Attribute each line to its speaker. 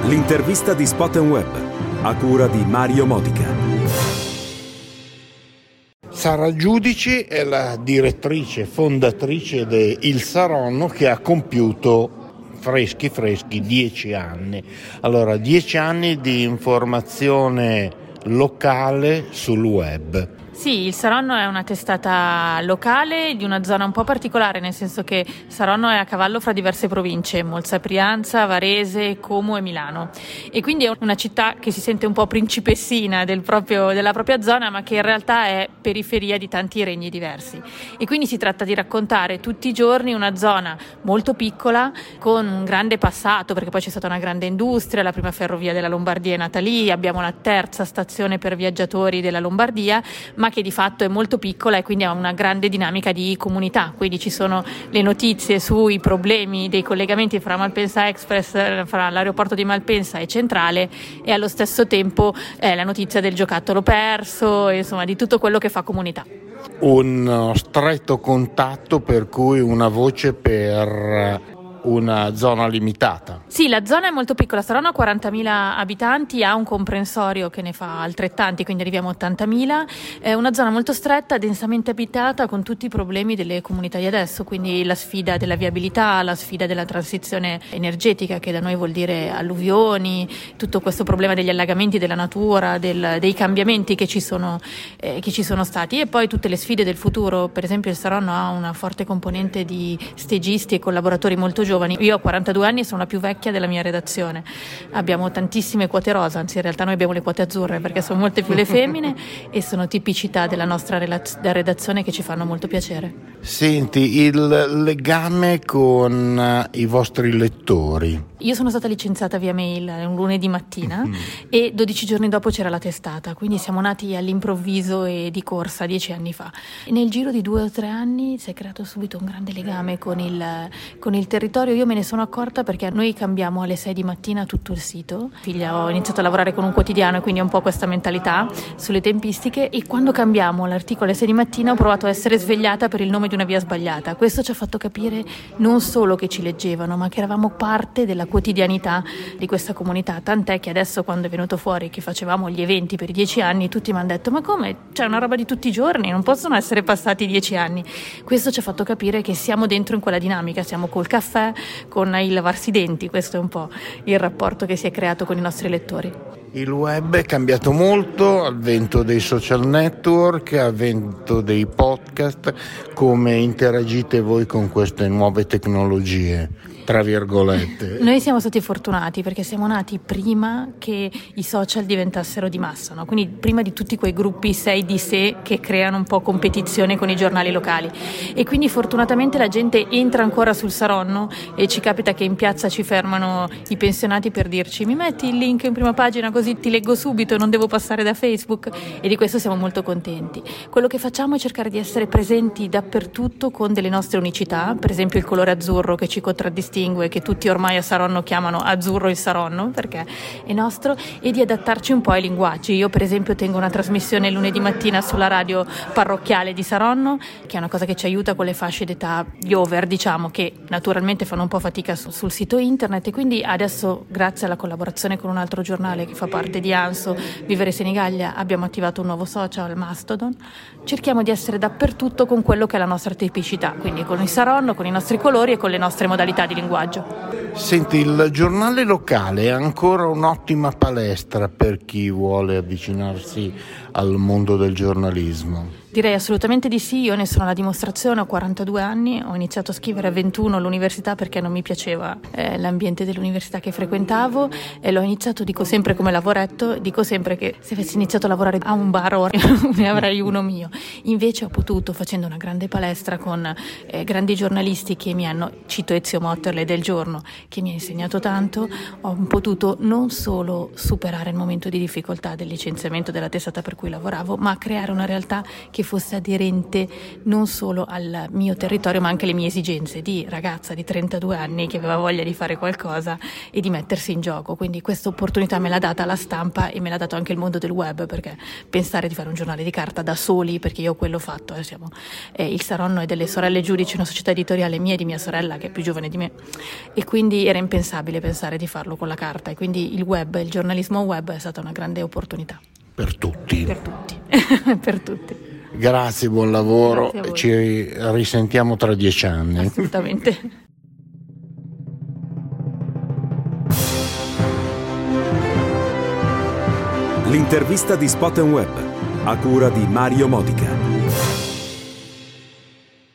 Speaker 1: L'intervista di Spot & Web, a cura di Mario Modica.
Speaker 2: Sara Giudici è la direttrice, fondatrice di Il Saronno, che ha compiuto freschi 10 anni. Allora, 10 anni di informazione locale sul web.
Speaker 3: Sì, il Saronno è una testata locale di una zona un po' particolare, nel senso che Saronno è a cavallo fra diverse province, Monza, Brianza, Varese, Como e Milano, e quindi è una città che si sente un po' principessina della propria zona, ma che in realtà è periferia di tanti regni diversi, e quindi si tratta di raccontare tutti i giorni una zona molto piccola con un grande passato, perché poi c'è stata una grande industria, la prima ferrovia della Lombardia è nata lì, abbiamo la terza stazione per viaggiatori della Lombardia, ma che di fatto è molto piccola e quindi ha una grande dinamica di comunità, quindi ci sono le notizie sui problemi dei collegamenti fra Malpensa Express, fra l'aeroporto di Malpensa e Centrale, e allo stesso tempo la notizia del giocattolo perso, insomma di tutto quello che fa comunità.
Speaker 2: Un stretto contatto, per cui una voce per una zona limitata.
Speaker 3: Sì, la zona è molto piccola, saranno 40.000 abitanti, ha un comprensorio che ne fa altrettanti, quindi arriviamo a 80.000, è una zona molto stretta, densamente abitata, con tutti i problemi delle comunità di adesso, quindi la sfida della viabilità, la sfida della transizione energetica, che da noi vuol dire alluvioni, tutto questo problema degli allagamenti della natura, dei cambiamenti che ci sono stati, e poi tutte le sfide del futuro. Per esempio il Saronno ha una forte componente di stagisti e collaboratori molto giovani. Io ho 42 anni e sono la più vecchia della mia redazione. Abbiamo tantissime quote rosa, anzi in realtà noi abbiamo le quote azzurre perché sono molte più le femmine e sono tipicità della nostra redazione che ci fanno molto piacere.
Speaker 2: Senti, il legame con i vostri lettori.
Speaker 3: Io sono stata licenziata via mail un lunedì mattina e 12 giorni dopo c'era la testata, quindi siamo nati all'improvviso e di corsa 10 anni fa. E nel giro di 2 o 3 anni si è creato subito un grande legame con il territorio. Io me ne sono accorta perché noi cambiamo alle 6 di mattina tutto il sito. Ho iniziato a lavorare con un quotidiano e quindi ho un po' questa mentalità sulle tempistiche, e quando cambiamo l'articolo alle 6 di mattina ho provato a essere svegliata per il nome di una via sbagliata. Questo ci ha fatto capire non solo che ci leggevano, ma che eravamo parte della quotidianità di questa comunità, tant'è che adesso, quando è venuto fuori che facevamo gli eventi per 10 anni, tutti mi hanno detto: ma come? C'è una roba di tutti i giorni, non possono essere passati 10 anni. Questo ci ha fatto capire che siamo dentro in quella dinamica, siamo col caffè, con il lavarsi i denti. Questo è un po' il rapporto che si è creato con i nostri lettori.
Speaker 2: Il web è cambiato molto, al vento dei social network, al vento dei podcast. Come interagite voi con queste nuove tecnologie, tra virgolette?
Speaker 3: Noi siamo stati fortunati perché siamo nati prima che i social diventassero di massa, no? Quindi prima di tutti quei gruppi 6 di sé che creano un po' competizione con i giornali locali, e quindi fortunatamente la gente entra ancora sul Saronno e ci capita che in piazza ci fermano i pensionati per dirci: mi metti il link in prima pagina così ti leggo subito e non devo passare da Facebook, e di questo siamo molto contenti. Quello che facciamo è cercare di essere presenti dappertutto con delle nostre unicità, per esempio il colore azzurro che ci contraddistingue, che tutti ormai a Saronno chiamano azzurro il Saronno perché è nostro, e di adattarci un po' ai linguaggi. Io per esempio tengo una trasmissione lunedì mattina sulla radio parrocchiale di Saronno, che è una cosa che ci aiuta con le fasce d'età, gli over, diciamo, che naturalmente fanno un po' fatica sul sito internet, e quindi adesso, grazie alla collaborazione con un altro giornale che fa parte di Anso, Vivere Senigallia, abbiamo attivato un nuovo social, Mastodon. Cerchiamo di essere dappertutto con quello che è la nostra tipicità, quindi con il Saronno, con i nostri colori e con le nostre modalità di linguaggio.
Speaker 2: Senti, il giornale locale è ancora un'ottima palestra per chi vuole avvicinarsi al mondo del giornalismo?
Speaker 3: Direi assolutamente di sì, io ne sono la dimostrazione, ho 42 anni, ho iniziato a scrivere a 21 all'università perché non mi piaceva l'ambiente dell'università che frequentavo, e l'ho iniziato, dico sempre come lavoretto, dico sempre che se avessi iniziato a lavorare a un bar ora ne avrei uno mio. Invece ho potuto, facendo una grande palestra con grandi giornalisti che mi hanno, cito Ezio Motterle del Giorno, che mi ha insegnato tanto, ho potuto non solo superare il momento di difficoltà del licenziamento della testata per cui cui lavoravo, ma a creare una realtà che fosse aderente non solo al mio territorio ma anche alle mie esigenze di ragazza di 32 anni che aveva voglia di fare qualcosa e di mettersi in gioco. Quindi questa opportunità me l'ha data la stampa e me l'ha dato anche il mondo del web, perché pensare di fare un giornale di carta da soli, perché io quello ho fatto, il Saronno è delle sorelle Giudici, una società editoriale mia e di mia sorella che è più giovane di me, e quindi era impensabile pensare di farlo con la carta, e quindi il web, il giornalismo web è stata una grande opportunità.
Speaker 2: Per tutti.
Speaker 3: Per tutti. Per tutti.
Speaker 2: Grazie, buon lavoro. Ci risentiamo tra 10 anni.
Speaker 3: Assolutamente.
Speaker 1: L'intervista di Spot & Web, a cura di Mario Modica.